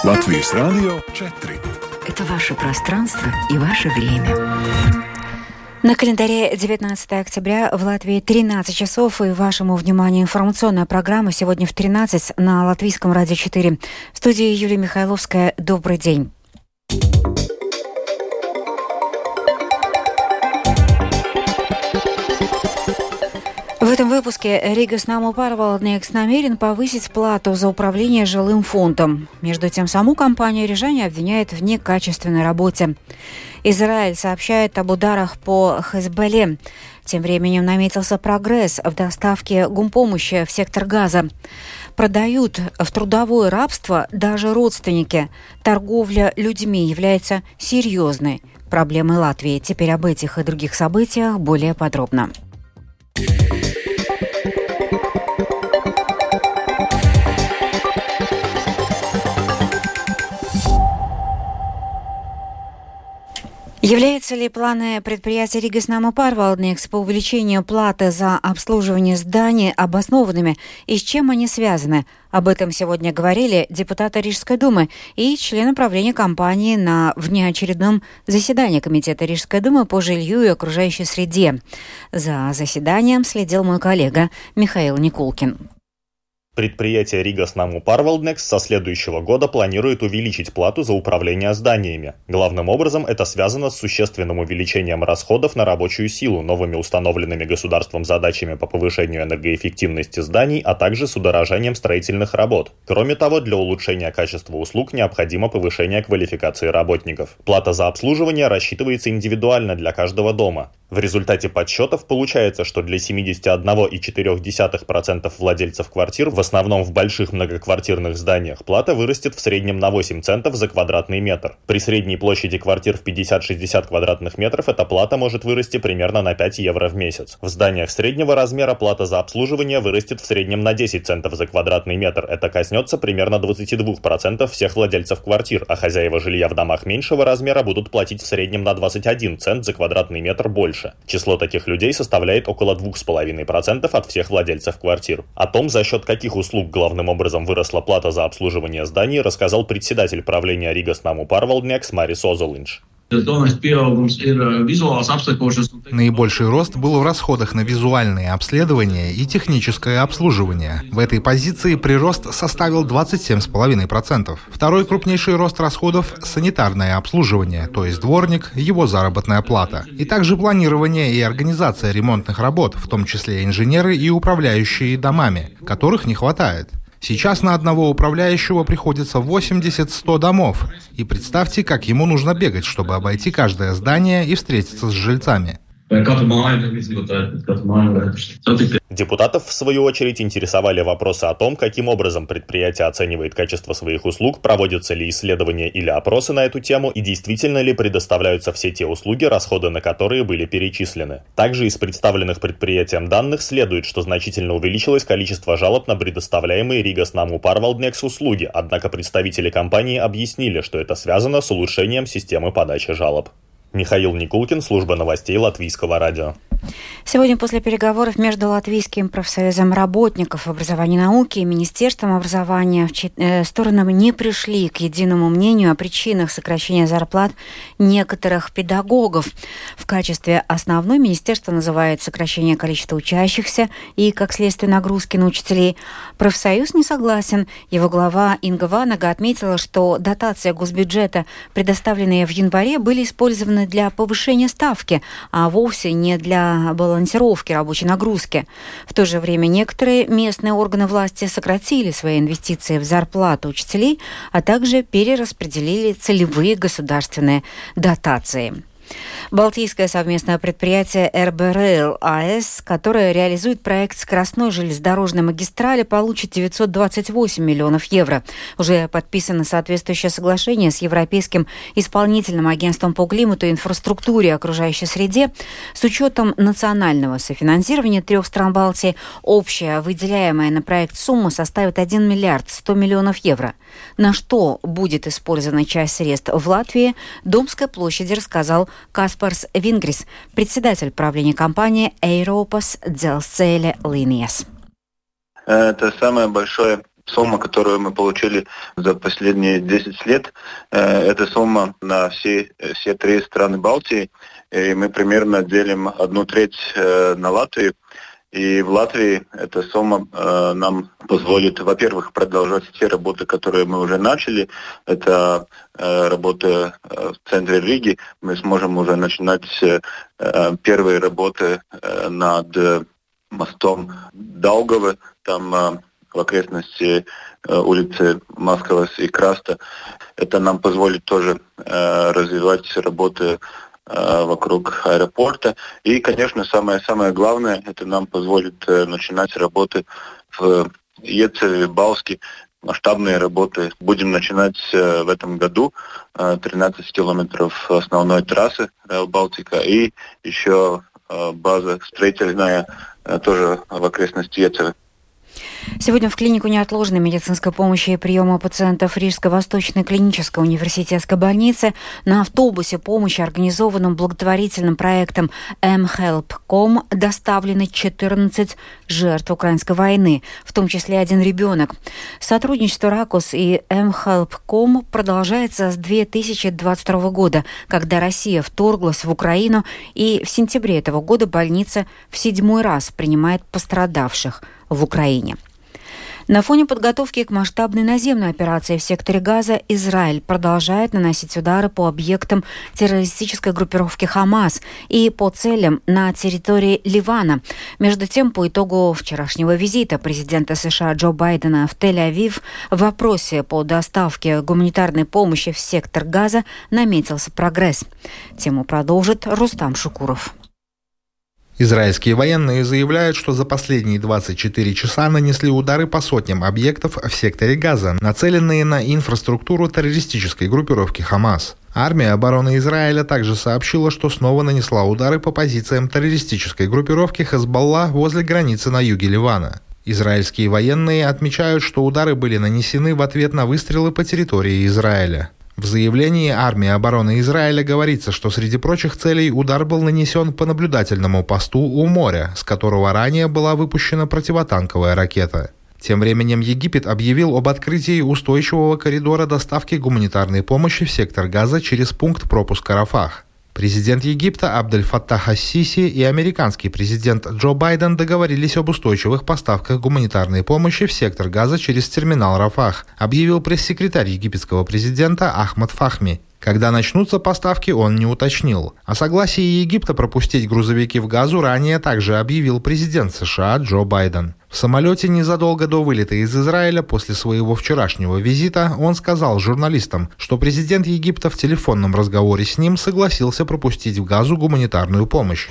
Латвийс Радио 4. Это ваше пространство и ваше время. На календаре 19 октября в Латвии 13 часов, и вашему вниманию информационная программа сегодня в 13 на Латвийском радио 4. В студии Юлия Михайловская. Добрый день. В этом выпуске Ригас Наму Парвалднекс намерен повысить плату за управление жилым фондом. Между тем, саму компанию рижане обвиняют в некачественной работе. Израиль сообщает об ударах по Хезболле. Тем временем наметился прогресс в доставке гумпомощи в сектор Газа. Продают в трудовое рабство даже родственники. Торговля людьми является серьезной проблемой Латвии. Теперь об этих и других событиях более подробно. Являются ли планы предприятия Ригас Наму Парвалднекс по увеличению платы за обслуживание зданий обоснованными и с чем они связаны? Об этом сегодня говорили депутаты Рижской думы и члены правления компании на внеочередном заседании Комитета Рижской думы по жилью и окружающей среде. За заседанием следил мой коллега Михаил Никулкин. Предприятие Ригас Наму Парвалднекс со следующего года планирует увеличить плату за управление зданиями. Главным образом это связано с существенным увеличением расходов на рабочую силу, новыми установленными государством задачами по повышению энергоэффективности зданий, а также с удорожанием строительных работ. Кроме того, для улучшения качества услуг необходимо повышение квалификации работников. Плата за обслуживание рассчитывается индивидуально для каждого дома. В результате подсчетов получается, что для 71,4% владельцев квартир, в основном в больших многоквартирных зданиях, плата вырастет в среднем на 8 центов за квадратный метр. При средней площади квартир в 50-60 квадратных метров эта плата может вырасти примерно на 5 евро в месяц. В зданиях среднего размера плата за обслуживание вырастет в среднем на 10 центов за квадратный метр. Это коснется примерно 22% всех владельцев квартир, а хозяева жилья в домах меньшего размера будут платить в среднем на 21 цент за квадратный метр больше. Число таких людей составляет около 2,5% от всех владельцев квартир. О том, за счет каких услуг главным образом выросла плата за обслуживание зданий, рассказал председатель правления Ригас Наму Парвалднекс Марис Озолинш. Наибольший рост был в расходах на визуальные обследования и техническое обслуживание. В этой позиции прирост составил 27,5%. Второй крупнейший рост расходов – санитарное обслуживание, то есть дворник, его заработная плата. И также планирование и организация ремонтных работ, в том числе инженеры и управляющие домами, которых не хватает. Сейчас на одного управляющего приходится 80-100 домов. И представьте, как ему нужно бегать, чтобы обойти каждое здание и встретиться с жильцами. Депутатов, в свою очередь, интересовали вопросы о том, каким образом предприятие оценивает качество своих услуг, проводятся ли исследования или опросы на эту тему и действительно ли предоставляются все те услуги, расходы на которые были перечислены. Также из представленных предприятием данных следует, что значительно увеличилось количество жалоб на предоставляемые Ригас Наму Парвалднекс услуги, однако представители компании объяснили, что это связано с улучшением системы подачи жалоб. Михаил Никулкин, служба новостей Латвийского радио. Сегодня после переговоров между Латвийским профсоюзом работников образования и науки и Министерством образования стороны не пришли к единому мнению о причинах сокращения зарплат некоторых педагогов. В качестве основной министерство называет сокращение количества учащихся и, как следствие, нагрузки на учителей. Профсоюз не согласен. Его глава Инга Ванага отметила, что дотации госбюджета, предоставленные в январе, были использованы для повышения ставки, а вовсе не для балансировки рабочей нагрузки. В то же время некоторые местные органы власти сократили свои инвестиции в зарплату учителей, а также перераспределили целевые государственные дотации. Балтийское совместное предприятие РБ-Рейл АС, которое реализует проект скоростной железнодорожной магистрали, получит 928 миллионов евро. Уже подписано соответствующее соглашение с Европейским исполнительным агентством по климату, инфраструктуре и окружающей среде. С учетом национального софинансирования 3 стран Балтии, общая выделяемая на проект сумма составит 1 миллиард 100 миллионов евро. На что будет использована часть средств в Латвии, Домской площади рассказал Каспарс Вингрис, председатель правления компании Eiropas Dzelzceļa Līnijas. Это самое большое Сумма, которую мы получили за последние 10 лет, это сумма на все 3 страны Балтии. И мы примерно делим 1/3 на Латвию. И в Латвии эта сумма нам позволит, во-первых, продолжать те работы, которые мы уже начали. Это работа в центре Риги. Мы сможем уже начинать первые работы над мостом Даугавы, там в окрестности улицы Маскавас и Краста. Это нам позволит тоже развивать работы вокруг аэропорта. И, конечно, самое главное, это нам позволит начинать работы в Ецеве, Балске, масштабные работы. Будем начинать в этом году 13 километров основной трассы Rail Baltica и еще база строительная тоже в окрестности Ецеве. Сегодня в клинику неотложной медицинской помощи и приема пациентов Рижско-Восточной клинической университетской больницы на автобусе помощи, организованном благотворительным проектом mHelp.com, доставлены 14 жертв украинской войны, в том числе 1 ребенок. Сотрудничество РАКУС и mHelp.com продолжается с 2022 года, когда Россия вторглась в Украину, и в сентябре этого года больница в 7-й раз принимает пострадавших в Украине. На фоне подготовки к масштабной наземной операции в секторе Газа Израиль продолжает наносить удары по объектам террористической группировки «Хамас» и по целям на территории Ливана. Между тем, по итогу вчерашнего визита президента США Джо Байдена в Тель-Авив в вопросе по доставке гуманитарной помощи в сектор Газа наметился прогресс. Тему продолжит Рустам Шукуров. Израильские военные заявляют, что за последние 24 часа нанесли удары по сотням объектов в секторе Газа, нацеленные на инфраструктуру террористической группировки «Хамас». Армия обороны Израиля также сообщила, что снова нанесла удары по позициям террористической группировки «Хезболла» возле границы на юге Ливана. Израильские военные отмечают, что удары были нанесены в ответ на выстрелы по территории Израиля. В заявлении армии обороны Израиля говорится, что среди прочих целей удар был нанесен по наблюдательному посту у моря, с которого ранее была выпущена противотанковая ракета. Тем временем Египет объявил об открытии устойчивого коридора доставки гуманитарной помощи в сектор Газа через пункт пропуска Рафах. Президент Египта Абдель-Фаттах ас-Сиси и американский президент Джо Байден договорились об устойчивых поставках гуманитарной помощи в сектор Газа через терминал Рафах, объявил пресс-секретарь египетского президента Ахмад Фахми. Когда начнутся поставки, он не уточнил. О согласии Египта пропустить грузовики в Газу ранее также объявил президент США Джо Байден. В самолете незадолго до вылета из Израиля после своего вчерашнего визита он сказал журналистам, что президент Египта в телефонном разговоре с ним согласился пропустить в Газу гуманитарную помощь.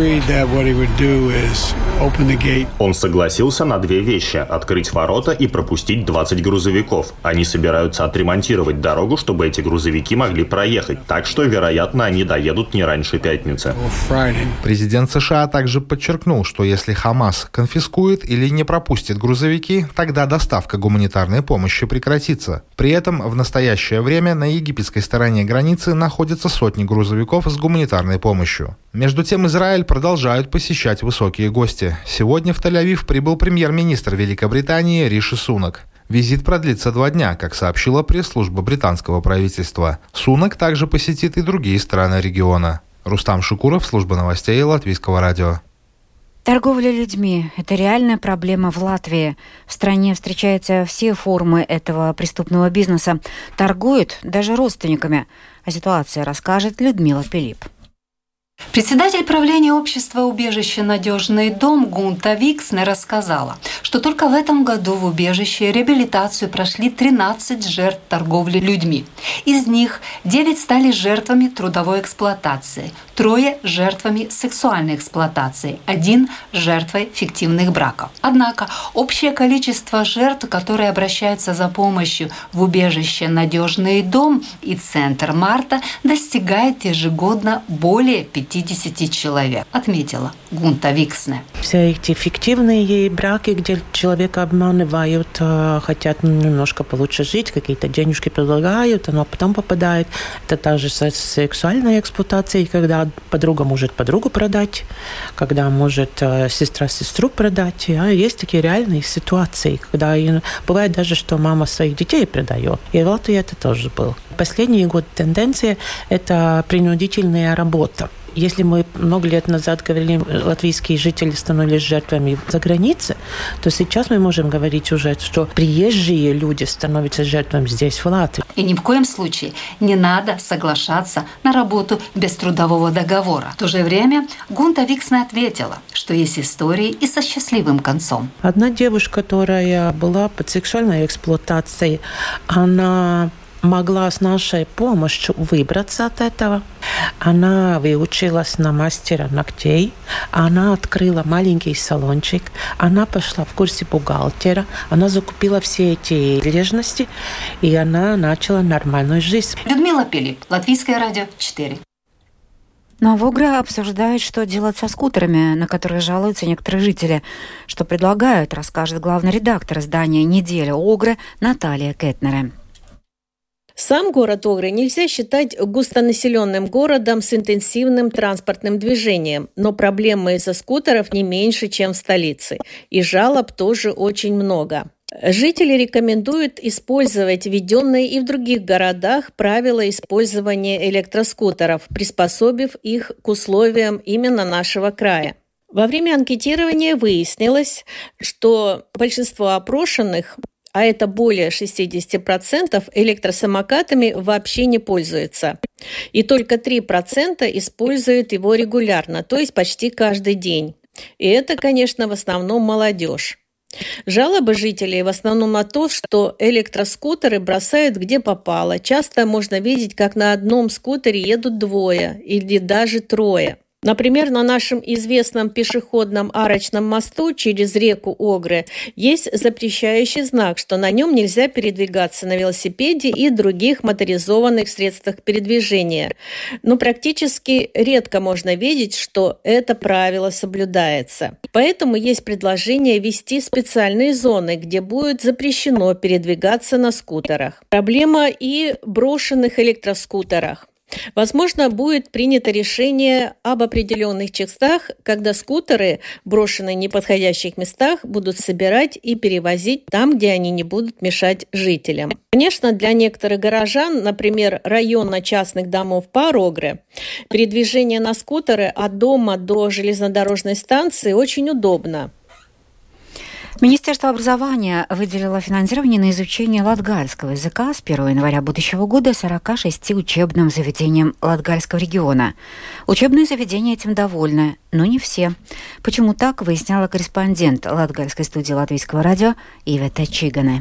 Он согласился на 2 вещи – открыть ворота и пропустить 20 грузовиков. Они собираются отремонтировать дорогу, чтобы эти грузовики могли проехать, так что, вероятно, они доедут не раньше пятницы. Президент США также подчеркнул, что если Хамас конфискует или не пропустит грузовики, тогда доставка гуманитарной помощи прекратится. При этом в настоящее время на египетской стороне границы находятся сотни грузовиков с гуманитарной помощью. Между тем, Израиль продолжают посещать высокие гости. Сегодня в Тель-Авив прибыл премьер-министр Великобритании Риши Сунак. Визит продлится 2 дня, как сообщила пресс-служба британского правительства. Сунак также посетит и другие страны региона. Рустам Шукуров, служба новостей Латвийского радио. Торговля людьми – это реальная проблема в Латвии. В стране встречаются все формы этого преступного бизнеса. Торгуют даже родственниками. О ситуации расскажет Людмила Пилип. Председатель правления общества убежища «Надежный дом» Гунта Викснер рассказала, что только в этом году в убежище реабилитацию прошли 13 жертв торговли людьми. Из них 9 стали жертвами трудовой эксплуатации, 3 – жертвами сексуальной эксплуатации, 1 – жертвой фиктивных браков. Однако общее количество жертв, которые обращаются за помощью в убежище «Надежный дом» и Центр Марта, достигает ежегодно более 5 50 человек, отметила Гунта Виксне. Все эти фиктивные браки, где человека обманывают, хотят немножко получше жить, какие-то денежки предлагают, но потом попадает. Это также сексуальная эксплуатация, когда подруга может подругу продать, когда может сестра сестру продать. Есть такие реальные ситуации, когда бывает даже, что мама своих детей продает. И в Латвии это тоже было. Последние годы тенденция – это принудительная работа. Если мы много лет назад говорили, латвийские жители становились жертвами за границей, то сейчас мы можем говорить уже, что приезжие люди становятся жертвами здесь, в Латвии. И ни в коем случае не надо соглашаться на работу без трудового договора. В то же время Гунта Виксне ответила, что есть истории и со счастливым концом. Одна девушка, которая была под сексуальной эксплуатацией, она могла с нашей помощью выбраться от этого. Она выучилась на мастера ногтей, она открыла маленький салончик, она пошла в курсе бухгалтера, она закупила все эти прилежности, и она начала нормальную жизнь. Людмила Пилип, Латвийское радио 4. Ну а в Огре обсуждают, что делать со скутерами, на которые жалуются некоторые жители. Что предлагают, расскажет главный редактор издания «Неделя Огры» Наталья Кетнере. Сам город Огры нельзя считать густонаселенным городом с интенсивным транспортным движением, но проблемы из-за скутеров не меньше, чем в столице. И жалоб тоже очень много. Жители рекомендуют использовать введенные и в других городах правила использования электроскутеров, приспособив их к условиям именно нашего края. Во время анкетирования выяснилось, что большинство опрошенных, а это более 60%, электросамокатами вообще не пользуются. И только 3% используют его регулярно, то есть почти каждый день. И это, конечно, в основном молодежь. Жалобы жителей в основном на то, что электроскутеры бросают где попало. Часто можно видеть, как на одном скутере едут двое или даже трое. Например, на нашем известном пешеходном арочном мосту через реку Огры есть запрещающий знак, что на нем нельзя передвигаться на велосипеде и других моторизованных средствах передвижения. Но практически редко можно видеть, что это правило соблюдается. Поэтому есть предложение ввести специальные зоны, где будет запрещено передвигаться на скутерах. Проблема и брошенных электроскутерах. Возможно, будет принято решение об определенных часах, когда скутеры, брошенные в неподходящих местах, будут собирать и перевозить там, где они не будут мешать жителям. Конечно, для некоторых горожан, например, района частных домов по Огре, передвижение на скутеры от дома до железнодорожной станции очень удобно. Министерство образования выделило финансирование на изучение латгальского языка с 1 января будущего года 46 учебным заведениям Латгальского региона. Учебные заведения этим довольны, но не все. Почему так, выясняла корреспондент Латгальской студии Латвийского радио Ивета Чигане.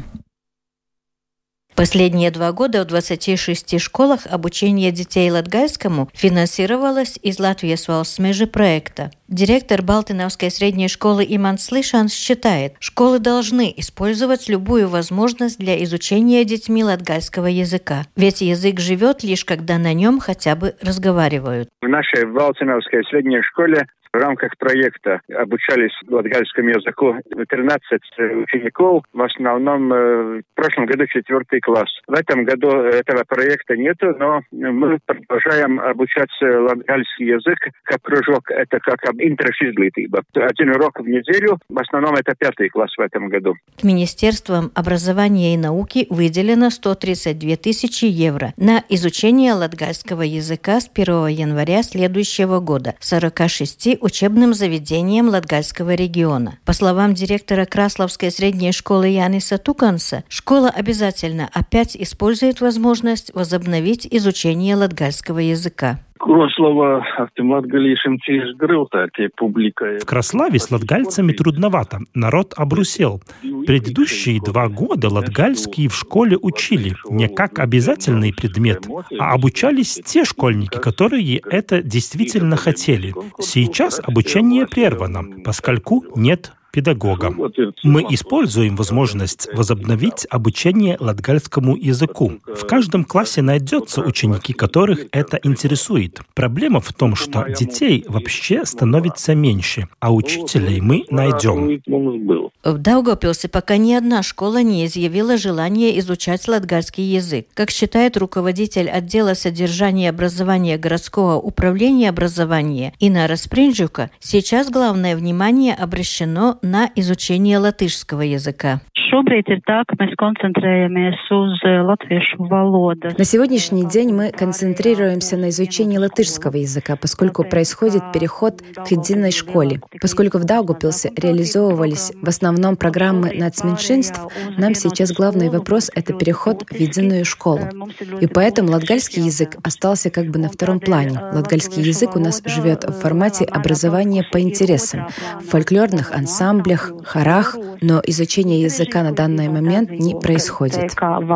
Последние 2 года в 26 школах обучение детей латгальскому финансировалось из Латвijas valsts meža проекта. Директор Балтиновской средней школы Иманс Лишанс считает, школы должны использовать любую возможность для изучения детьми латгальского языка. Ведь язык живет лишь когда на нем хотя бы разговаривают. В нашей Балтиновской средней школе в рамках проекта обучались латгальскому языку 13 учеников, в основном в прошлом году 4 класс. В этом году этого проекта нету, но мы продолжаем обучать латгальский язык как кружок, это как интершизлитыба. 1 урок в неделю, в основном это 5 класс в этом году. Министерством образования и науки выделено 132 тысячи евро на изучение латгальского языка с 1 января следующего года 46 учебным заведениям Латгальского региона. По словам директора Красловской средней школы Яниса Туканса, школа обязательно опять использует возможность возобновить изучение латгальского языка. В Краславе с латгальцами трудновато. Народ обрусел. Предыдущие 2 года латгальский в школе учили не как обязательный предмет, а обучались те школьники, которые это действительно хотели. Сейчас обучение прервано, поскольку нет педагога. Мы используем возможность возобновить обучение латгальскому языку. В каждом классе найдется ученики, которых это интересует. Проблема в том, что детей вообще становится меньше, а учителей мы найдем. В Даугавпилсе пока ни одна школа не изъявила желание изучать латгальский язык. Как считает руководитель отдела содержания и образования городского управления образования Инна Распринджука, сейчас главное внимание обращено на изучение латышского языка. На сегодняшний день мы концентрируемся на изучении латышского языка, поскольку происходит переход к единой школе. Поскольку в Даугавпилсе реализовывались в основном программы нацменьшинств, нам сейчас главный вопрос — это переход в единую школу. И поэтому латгальский язык остался как бы на втором плане. Латгальский язык у нас живет в формате образования по интересам, в фольклорных ансамблях, хорах, но изучение языка на данный момент не происходит.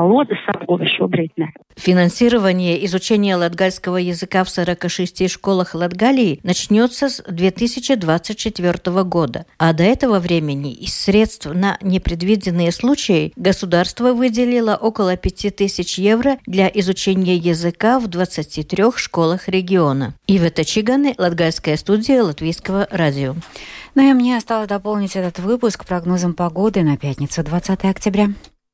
Финансирование изучения латгальского языка в 46 школах Латгалии начнется с 2024 года, а до этого времени из средств на непредвиденные случаи государство выделило около 5000 евро для изучения языка в 23 школах региона. Ивета Чиганы, Латгальская студия Латвийского радио. Ну и мне осталось дополнить этот выпуск прогнозом погоды на пятницу, 20 октября.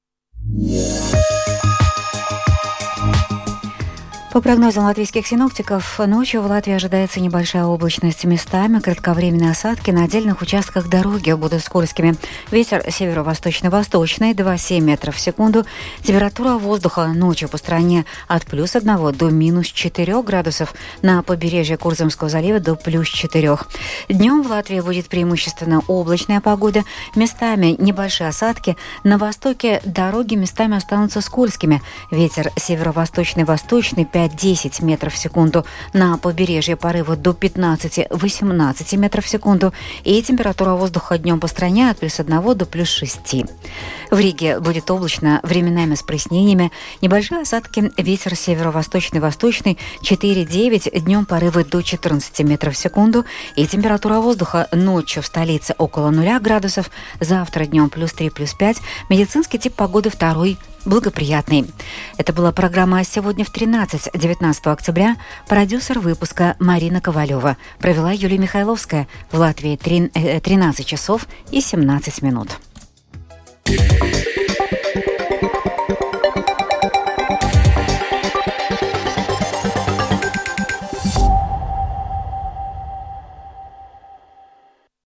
По прогнозам латвийских синоптиков, ночью в Латвии ожидается небольшая облачность, местами кратковременные осадки, на отдельных участках дороги будут скользкими. Ветер северо-восточно-восточный 2,7 метров в секунду. Температура воздуха ночью по стране от +1 до -4 градусов, на побережье Курзамского залива до +4. Днем в Латвии будет преимущественно облачная погода, местами небольшие осадки. На востоке дороги местами останутся скользкими. Ветер северо-восточный-восточный 5-10 метров в секунду. На побережье порывы до 15-18 метров в секунду. И температура воздуха днем по стране от +1 до +6. В Риге будет облачно, временами с прояснениями. Небольшие осадки, ветер северо-восточный-восточный 4-9, днем порывы до 14 метров в секунду. И температура воздуха ночью в столице около 0 градусов. Завтра днем +3, +5. Медицинский тип погоды второй, благоприятный. Это была программа «Сегодня в 19 октября». Продюсер выпуска Марина Ковалева. Провела Юлия Михайловская. В Латвии 13 часов и 17 минут.